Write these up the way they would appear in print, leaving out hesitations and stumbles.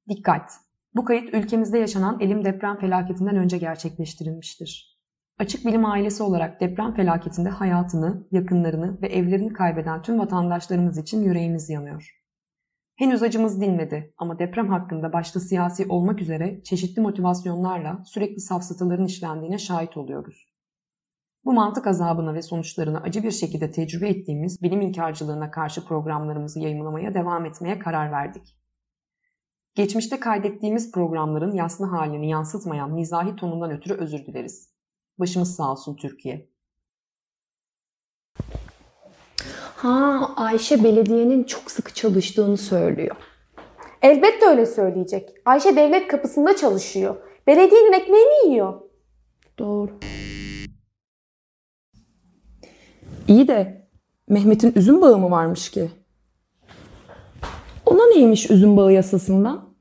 Dikkat! Bu kayıt ülkemizde yaşanan Elim deprem felaketinden önce gerçekleştirilmiştir. Açık Bilim ailesi olarak deprem felaketinde hayatını, yakınlarını ve evlerini kaybeden tüm vatandaşlarımız için yüreğimiz yanıyor. Henüz acımız dinmedi ama deprem hakkında başta siyasi olmak üzere çeşitli motivasyonlarla sürekli safsataların işlendiğine şahit oluyoruz. Bu mantık azabına ve sonuçlarını acı bir şekilde tecrübe ettiğimiz bilim inkarcılığına karşı programlarımızı yayımlamaya devam etmeye karar verdik. Geçmişte kaydettiğimiz programların yaslı halini yansıtmayan mizahi tonundan ötürü özür dileriz. Başımız sağ olsun Türkiye. Ayşe belediyenin çok sıkı çalıştığını söylüyor. Elbette öyle söyleyecek. Ayşe devlet kapısında çalışıyor. Belediyenin ekmeğini yiyor. Doğru. İyi de Mehmet'in üzüm bağı mı varmış ki? Ona neymiş üzüm bağı yasasından?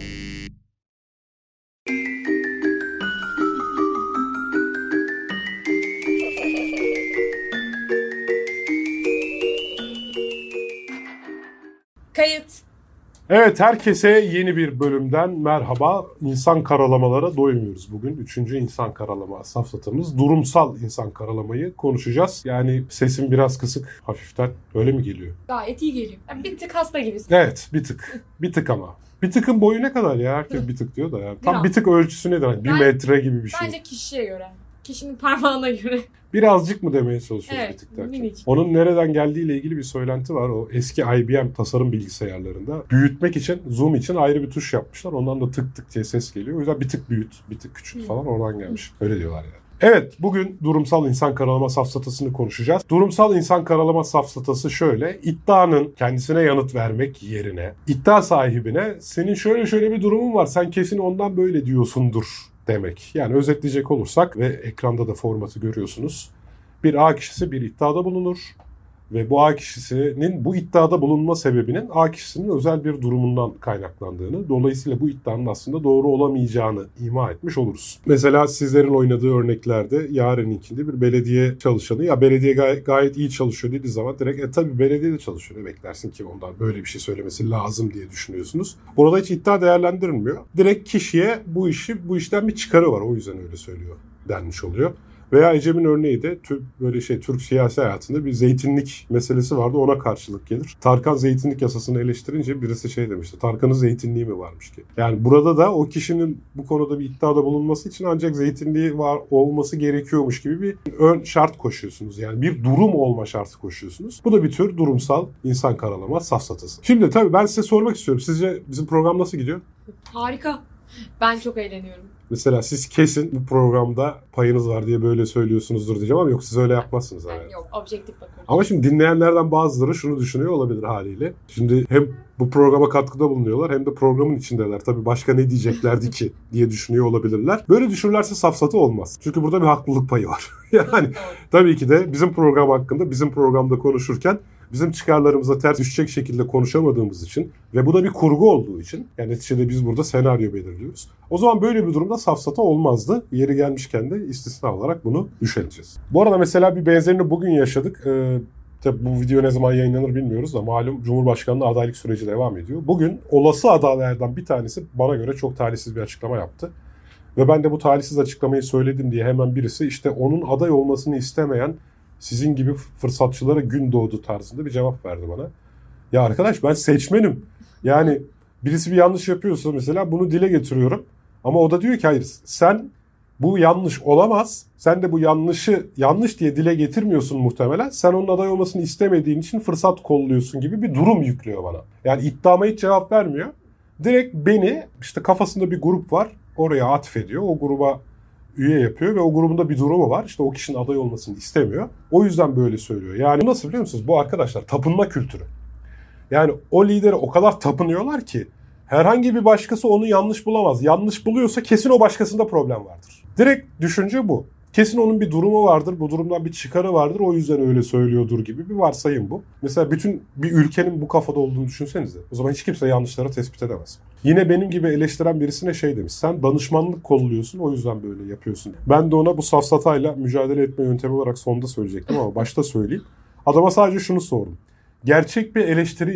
Kayıt. Evet, herkese yeni bir bölümden merhaba. İnsan karalamalara doymuyoruz bugün. 3. insan karalama safsatamız. Durumsal insan karalamayı konuşacağız. Yani sesim biraz kısık hafiften. Öyle mi geliyor? Gayet iyi geliyor. Yani bir tık hasta gibisin. Evet, bir tık. Bir tık ama. Bir tıkın boyu ne kadar ya? Herkes bir tık diyor da. Yani. Tam bir tık ölçüsü nedir? Yani 1 metre gibi bir şey. Bence kişiye göre. Kişinin parmağına göre. Birazcık mı demeye çalışıyoruz evet, bir tık derken? Minicik. Onun nereden geldiğiyle ilgili bir söylenti var. O eski IBM tasarım bilgisayarlarında büyütmek için, zoom için ayrı bir tuş yapmışlar. Ondan da tık tık diye ses geliyor. O yüzden bir tık büyüt, bir tık küçült falan oradan gelmiş. Öyle diyorlar yani. Evet, bugün durumsal insan karalama safsatasını konuşacağız. Durumsal insan karalama safsatası şöyle: iddianın kendisine yanıt vermek yerine iddia sahibine senin şöyle bir durumun var, sen kesin ondan böyle diyorsundur demek. Yani özetleyecek olursak ve ekranda da formatı görüyorsunuz. Bir A kişisi bir iddiada bulunur ve bu A kişisinin bu iddiada bulunma sebebinin A kişisinin özel bir durumundan kaynaklandığını, dolayısıyla bu iddianın aslında doğru olamayacağını ima etmiş oluruz. Mesela sizlerin oynadığı örneklerde Yaren'inkinde bir belediye çalışanı ya belediye gayet iyi çalışıyor dediği zaman direkt tabii belediye de çalışıyor, ne beklersin ki ondan böyle bir şey söylemesi lazım diye düşünüyorsunuz. Burada hiç iddia değerlendirilmiyor. Direkt kişiye bu işten bir çıkarı var, o yüzden öyle söylüyor denmiş oluyor. Veya Ecem'in örneği de Türk siyasi hayatında bir zeytinlik meselesi vardı, ona karşılık gelir. Tarkan zeytinlik yasasını eleştirince birisi demişti. Tarkan'ın zeytinliği mi varmış ki? Yani burada da o kişinin bu konuda bir iddiada bulunması için ancak zeytinliği var olması gerekiyormuş gibi bir ön şart koşuyorsunuz. Yani bir durum olma şartı koşuyorsunuz. Bu da bir tür durumsal insan karalama safsatası. Şimdi tabii ben size sormak istiyorum. Sizce bizim program nasıl gidiyor? Harika. Ben çok eğleniyorum. Mesela siz kesin bu programda payınız var diye böyle söylüyorsunuzdur diyeceğim ama yok, siz öyle yapmazsınız. Yani yok, objektif bakıyorum. Ama şimdi dinleyenlerden bazıları şunu düşünüyor olabilir haliyle. Şimdi hem bu programa katkıda bulunuyorlar hem de programın içindeler. Tabii başka ne diyeceklerdi ki diye düşünüyor olabilirler. Böyle düşünürlerse safsatı olmaz. Çünkü burada bir haklılık payı var. Yani tabii ki de bizim program hakkında bizim programda konuşurken bizim çıkarlarımıza ters düşecek şekilde konuşamadığımız için ve bu da bir kurgu olduğu için, yani neticede biz burada senaryo belirliyoruz. O zaman böyle bir durumda safsata olmazdı. Yeri gelmişken de istisna olarak bunu düşüneceğiz. Bu arada mesela bir benzerini bugün yaşadık. Tabii bu video ne zaman yayınlanır bilmiyoruz da malum Cumhurbaşkanlığı adaylık süreci devam ediyor. Bugün olası adaylardan bir tanesi bana göre çok talihsiz bir açıklama yaptı. Ve ben de bu talihsiz açıklamayı söyledim diye hemen birisi işte onun aday olmasını istemeyen sizin gibi fırsatçılara gün doğdu tarzında bir cevap verdi bana. Ya arkadaş, ben seçmenim. Yani birisi bir yanlış yapıyorsa mesela bunu dile getiriyorum. Ama o da diyor ki hayır, sen bu yanlış olamaz. Sen de bu yanlış diye dile getirmiyorsun muhtemelen. Sen onun aday olmasını istemediğin için fırsat kolluyorsun gibi bir durum yüklüyor bana. Yani iddiama hiç cevap vermiyor. Direkt beni işte kafasında bir grup var, oraya atfediyor. O gruba üye yapıyor ve o grubunda bir durumu var. İşte o kişinin aday olmasını istemiyor. O yüzden böyle söylüyor. Yani nasıl biliyor musunuz? Bu arkadaşlar tapınma kültürü. Yani o lidere o kadar tapınıyorlar ki herhangi bir başkası onu yanlış bulamaz. Yanlış buluyorsa kesin o başkasında problem vardır. Direkt düşünce bu. Kesin onun bir durumu vardır. Bu durumdan bir çıkarı vardır. O yüzden öyle söylüyordur gibi bir varsayım bu. Mesela bütün bir ülkenin bu kafada olduğunu düşünsenize. O zaman hiç kimse yanlışları tespit edemez. Yine benim gibi eleştiren birisine demiş. Sen danışmanlık kolluyorsun, o yüzden böyle yapıyorsun. Ben de ona bu safsatayla mücadele etme yöntemi olarak sonda söyleyecektim ama başta söyleyeyim. Adama sadece şunu sordum. Gerçek bir eleştiriyle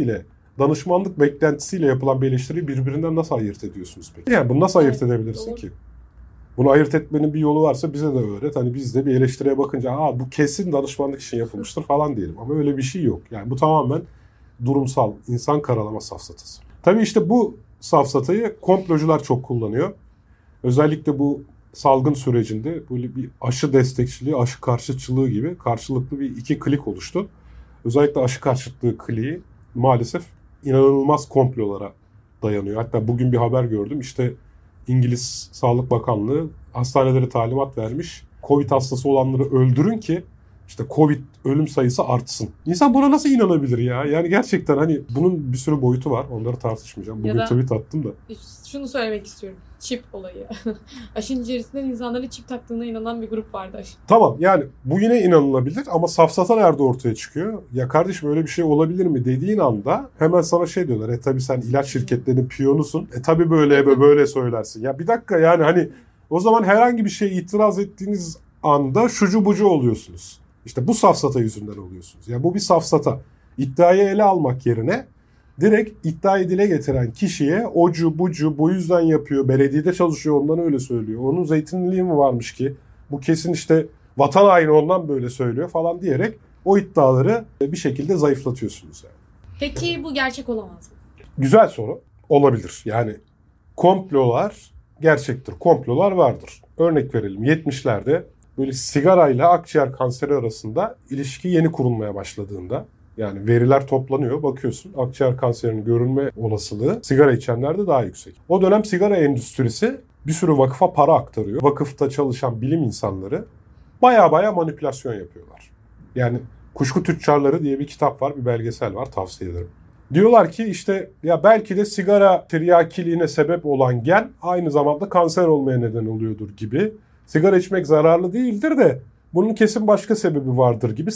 danışmanlık beklentisiyle yapılan bir eleştiriyi birbirinden nasıl ayırt ediyorsunuz peki? Yani bunu nasıl ayırt edebilirsin doğru. ki? Bunu ayırt etmenin bir yolu varsa bize de öğret. Hani biz de bir eleştiriye bakınca bu kesin danışmanlık için yapılmıştır falan diyelim. Ama öyle bir şey yok. Yani bu tamamen durumsal, insan karalama safsatası. Tabii işte bu safsatayı komplocular çok kullanıyor. Özellikle bu salgın sürecinde böyle bir aşı destekçiliği, aşı karşıtçılığı gibi karşılıklı bir iki klik oluştu. Özellikle aşı karşıtlığı kliği maalesef inanılmaz komplolara dayanıyor. Hatta bugün bir haber gördüm. İşte İngiliz Sağlık Bakanlığı hastanelere talimat vermiş. Covid hastası olanları öldürün ki işte Covid ölüm sayısı artsın. İnsan buna nasıl inanabilir ya? Yani gerçekten hani bunun bir sürü boyutu var. Onları tartışmayacağım. Bugün tweet attım da. Şunu söylemek istiyorum. Çip olayı. Aşının içerisinden insanların çip taktığına inanan bir grup vardı aşı. Tamam yani bu yine inanılabilir ama safsata nerede ortaya çıkıyor? Ya kardeşim öyle bir şey olabilir mi dediğin anda hemen sana şey diyorlar. Tabii sen ilaç şirketlerinin piyonusun. Tabii böyle söylersin. Ya bir dakika yani hani o zaman herhangi bir şeye itiraz ettiğiniz anda şucu bucu oluyorsunuz. İşte bu safsata yüzünden oluyorsunuz. Ya bu bir safsata. İddiayı ele almak yerine direkt iddiayı dile getiren kişiye ocu bucu bu yüzden yapıyor. Belediyede çalışıyor ondan öyle söylüyor. Onun zeytinliği mi varmış ki? Bu kesin işte vatan haini ondan böyle söylüyor falan diyerek o iddiaları bir şekilde zayıflatıyorsunuz yani. Peki bu gerçek olamaz mı? Güzel soru. Olabilir. Yani komplolar gerçektir. Komplolar vardır. Örnek verelim 70'lerde böyle sigarayla akciğer kanseri arasında ilişki yeni kurulmaya başladığında yani veriler toplanıyor. Bakıyorsun akciğer kanserinin görülme olasılığı sigara içenlerde daha yüksek. O dönem sigara endüstrisi bir sürü vakıfa para aktarıyor. Vakıfta çalışan bilim insanları baya manipülasyon yapıyorlar. Yani Kuşku Tüccarları diye bir kitap var, bir belgesel var, tavsiye ederim. Diyorlar ki işte ya belki de sigara tiryakiliğine sebep olan gen aynı zamanda kanser olmaya neden oluyordur gibi. Sigara içmek zararlı değildir de bunun kesin başka sebebi vardır gibi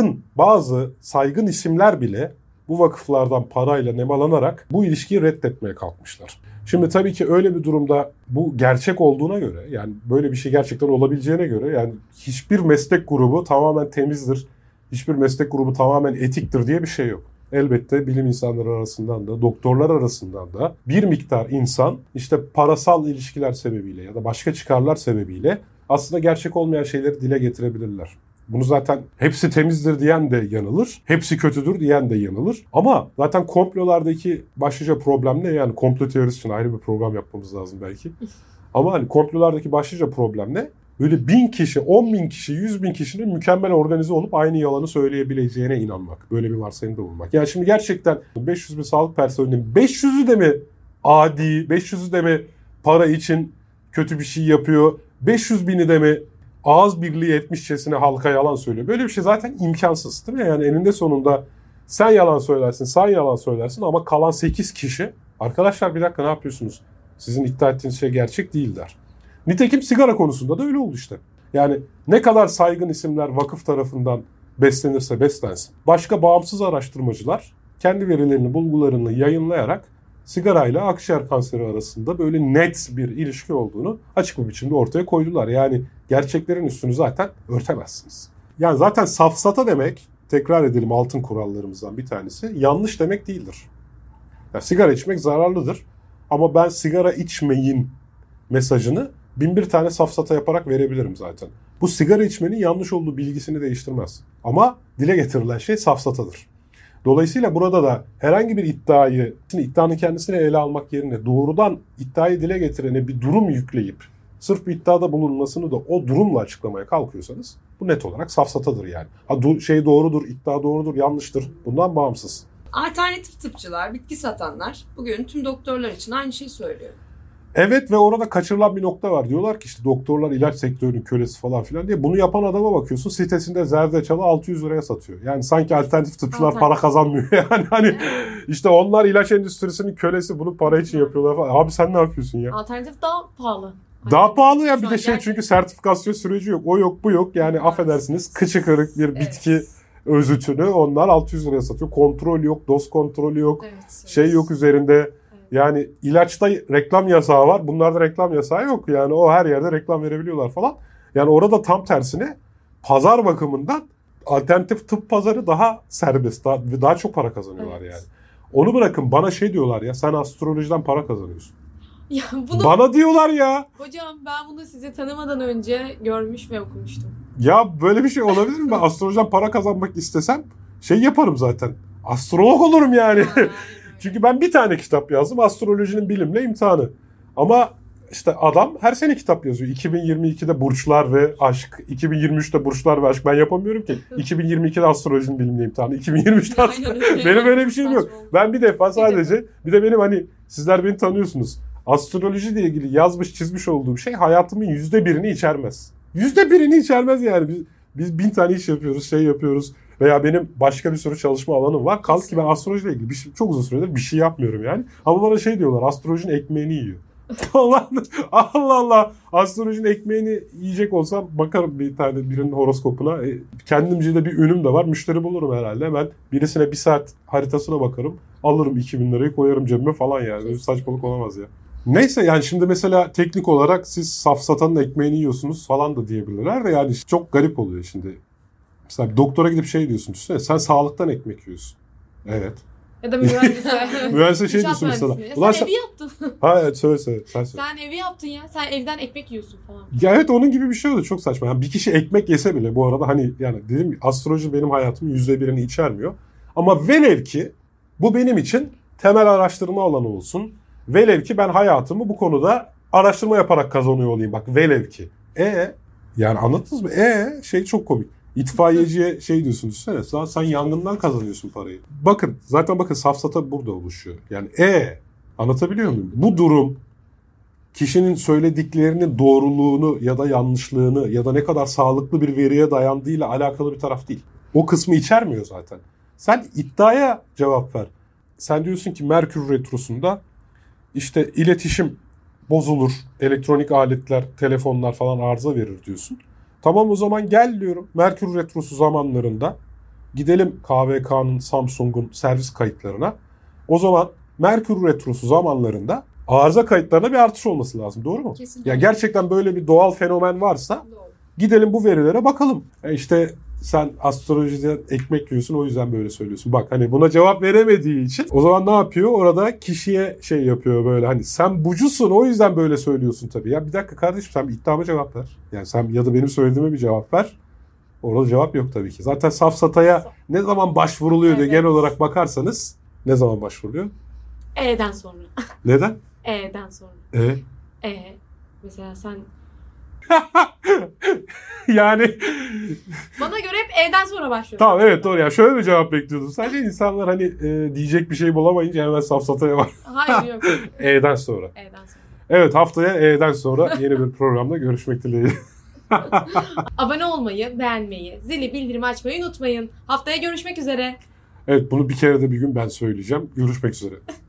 bazı saygın isimler bile bu vakıflardan parayla nemalanarak bu ilişkiyi reddetmeye kalkmışlar. Şimdi tabii ki öyle bir durumda bu gerçek olduğuna göre yani böyle bir şey gerçekten olabileceğine göre yani hiçbir meslek grubu tamamen temizdir, hiçbir meslek grubu tamamen etiktir diye bir şey yok. Elbette bilim insanları arasından da doktorlar arasından da bir miktar insan işte parasal ilişkiler sebebiyle ya da başka çıkarlar sebebiyle aslında gerçek olmayan şeyleri dile getirebilirler. Bunu zaten hepsi temizdir diyen de yanılır, hepsi kötüdür diyen de yanılır. Ama zaten komplolardaki başlıca problem ne? Yani komplo teorisi için ayrı bir program yapmamız lazım belki. Ama hani komplolardaki başlıca problem ne? Böyle 1000 kişi, 10.000 kişi, 100.000 kişinin mükemmel organize olup aynı yalanı söyleyebileceğine inanmak. Böyle bir varsayımda bulunmak. Yani şimdi gerçekten 500 bin sağlık personelinin 500'ü de mi adi, 500'ü de mi para için kötü bir şey yapıyor, 500 bini de mi ağız birliği etmişçesine halka yalan söylüyor. Böyle bir şey zaten imkansız değil mi? Yani eninde sonunda sen yalan söylersin ama kalan 8 kişi arkadaşlar bir dakika ne yapıyorsunuz? Sizin iddia ettiğiniz şey gerçek değil der. Nitekim sigara konusunda da öyle oldu işte. Yani ne kadar saygın isimler vakıf tarafından beslenirse beslensin. Başka bağımsız araştırmacılar kendi verilerini, bulgularını yayınlayarak sigarayla akciğer kanseri arasında böyle net bir ilişki olduğunu açık bir biçimde ortaya koydular. Yani gerçeklerin üstünü zaten örtemezsiniz. Yani zaten safsata demek, tekrar edelim altın kurallarımızdan bir tanesi, yanlış demek değildir. Yani sigara içmek zararlıdır ama ben sigara içmeyin mesajını 1001 tane safsata yaparak verebilirim zaten. Bu sigara içmenin yanlış olduğu bilgisini değiştirmez. Ama dile getirilen şey safsatadır. Dolayısıyla burada da herhangi bir iddianın kendisine ele almak yerine doğrudan iddiayı dile getirene bir durum yükleyip sırf bir iddiada bulunmasını da o durumla açıklamaya kalkıyorsanız bu net olarak safsatadır yani. Şey doğrudur, iddia doğrudur, yanlıştır. Bundan bağımsız. Alternatif tıpçılar, bitki satanlar bugün tüm doktorlar için aynı şeyi söylüyor. Evet ve orada kaçırılan bir nokta var. Diyorlar ki işte doktorlar ilaç sektörünün kölesi falan filan diye. Bunu yapan adama bakıyorsun sitesinde zerdeçalı 600 liraya satıyor. Yani sanki alternatif tıpçılar para kazanmıyor. Yani hani işte onlar ilaç endüstrisinin kölesi bunu para için yapıyorlar falan. Abi sen ne yapıyorsun ya? Alternatif daha pahalı. Daha pahalı ya bir de Gerçekten. çünkü sertifikasyon süreci yok. O yok bu yok. Yani affedersiniz kıçı kırık bir bitki özütünü onlar 600 liraya satıyor. Kontrol yok, doz kontrolü yok. Evet. Şey yok üzerinde. Yani ilaçta reklam yasağı var. Bunlarda reklam yasağı yok. Yani o her yerde reklam verebiliyorlar falan. Yani orada tam tersine pazar bakımından alternatif tıp pazarı daha serbest. Daha çok para kazanıyorlar yani. Onu bırakın, bana şey diyorlar ya, sen astrolojiden para kazanıyorsun. Ya bunu Bana diyorlar ya. hocam ben bunu sizi tanımadan önce görmüş ve okumuştum. Ya böyle bir şey olabilir mi? Ben astrolojiden para kazanmak istesem şey yaparım zaten. Astrolog olurum yani. Çünkü ben bir tane kitap yazdım. Astrolojinin bilimle imtihanı. Ama işte adam her sene kitap yazıyor. 2022'de burçlar ve aşk. 2023'te burçlar ve aşk. Ben yapamıyorum ki. 2022'de astrolojinin bilimle imtihanı. 2023'te Aynen öyle. şey Benim öyle bir şeyim yok. Saçma oldu. Ben bir defa sadece, bir de benim hani sizler beni tanıyorsunuz. Astrolojiyle ilgili yazmış çizmiş olduğum şey hayatımın %1'ini içermez. %1'ini içermez yani. Biz 1000 tane iş yapıyoruz, şey yapıyoruz. Veya benim başka bir sürü çalışma alanım var. Kaldı ki ben astrolojiyle ilgili çok uzun süredir bir şey yapmıyorum yani. Ama bana şey diyorlar, astrolojinin ekmeğini yiyor. Allah Allah. Astrolojinin ekmeğini yiyecek olsam bakarım bir tane birinin horoskopuna. Kendimce de bir ünüm de var. Müşteri bulurum herhalde. Hemen birisine bir saat haritasına bakarım. Alırım 2000 lirayı koyarım cebime falan yani. Öyle bir saçmalık olamaz ya. Neyse yani şimdi mesela teknik olarak siz safsatanın ekmeğini yiyorsunuz falan da diyebilirler de yani çok garip oluyor şimdi. Mesela bir doktora gidip şey diyorsun, düşünsene, sen sağlıktan ekmek yiyorsun. Evet. Ya da mühendise. Mühendise şey İnşaat diyorsun mesela. mühendisliği. Ulan Sen evi yaptın. Ha evet, söyle. Sen söyle. Sen evi yaptın ya. Sen evden ekmek yiyorsun falan. Ya evet, onun gibi bir şey oldu. Çok saçma. Yani bir kişi ekmek yese bile bu arada hani yani dedim astroloji benim hayatımın %1'ini içermiyor. Ama velev ki bu benim için temel araştırma alanı olsun. Velev ki ben hayatımı bu konuda araştırma yaparak kazanıyor olayım. Bak velev ki. Yani anladınız mı? Şey çok komik. İtfaiyeciye şey diyorsun, düşünsene. Sen yangından kazanıyorsun parayı. Bakın safsata burada oluşuyor. Yani anlatabiliyor muyum? Bu durum kişinin söylediklerinin doğruluğunu ya da yanlışlığını ya da ne kadar sağlıklı bir veriye dayandığıyla alakalı bir taraf değil. O kısmı içermiyor zaten. Sen iddiaya cevap ver. Sen diyorsun ki Merkür Retrosu'nda işte iletişim bozulur, elektronik aletler, telefonlar falan arıza verir diyorsun. Tamam, o zaman gel diyorum. Merkür Retrosu zamanlarında gidelim KVK'nın, Samsung'un servis kayıtlarına. O zaman Merkür Retrosu zamanlarında arıza kayıtlarına bir artış olması lazım. Doğru mu? Kesinlikle. Ya gerçekten böyle bir doğal fenomen varsa Doğru. gidelim bu verilere bakalım. İşte sen astrolojiden ekmek yiyorsun, o yüzden böyle söylüyorsun. Bak hani buna cevap veremediği için o zaman ne yapıyor? Orada kişiye şey yapıyor böyle, hani sen bucusun o yüzden böyle söylüyorsun tabii. Ya bir dakika kardeşim, sen bir iddiama cevap ver. Yani sen ya da benim söylediğime bir cevap ver. Orada cevap yok tabii ki. Zaten safsataya ne zaman başvuruluyor diye Evet. genel olarak bakarsanız ne zaman başvuruluyor? E'den sonra. Neden? E'den sonra. Mesela sen Yani bana göre hep E'den sonra başlıyorsun. tamam, evet doğru ya. Şöyle bir cevap bekliyordum. Sadece insanlar hani diyecek bir şey bulamayınca hemen safsataya var. Hayır yok. E'den sonra. E'den sonra. Evet, haftaya E'den sonra yeni bir programda görüşmek dileğiyle. Abone olmayı, beğenmeyi, zili bildirimi açmayı unutmayın. Haftaya görüşmek üzere. Evet, bunu bir kere de bir gün ben söyleyeceğim. Görüşmek üzere.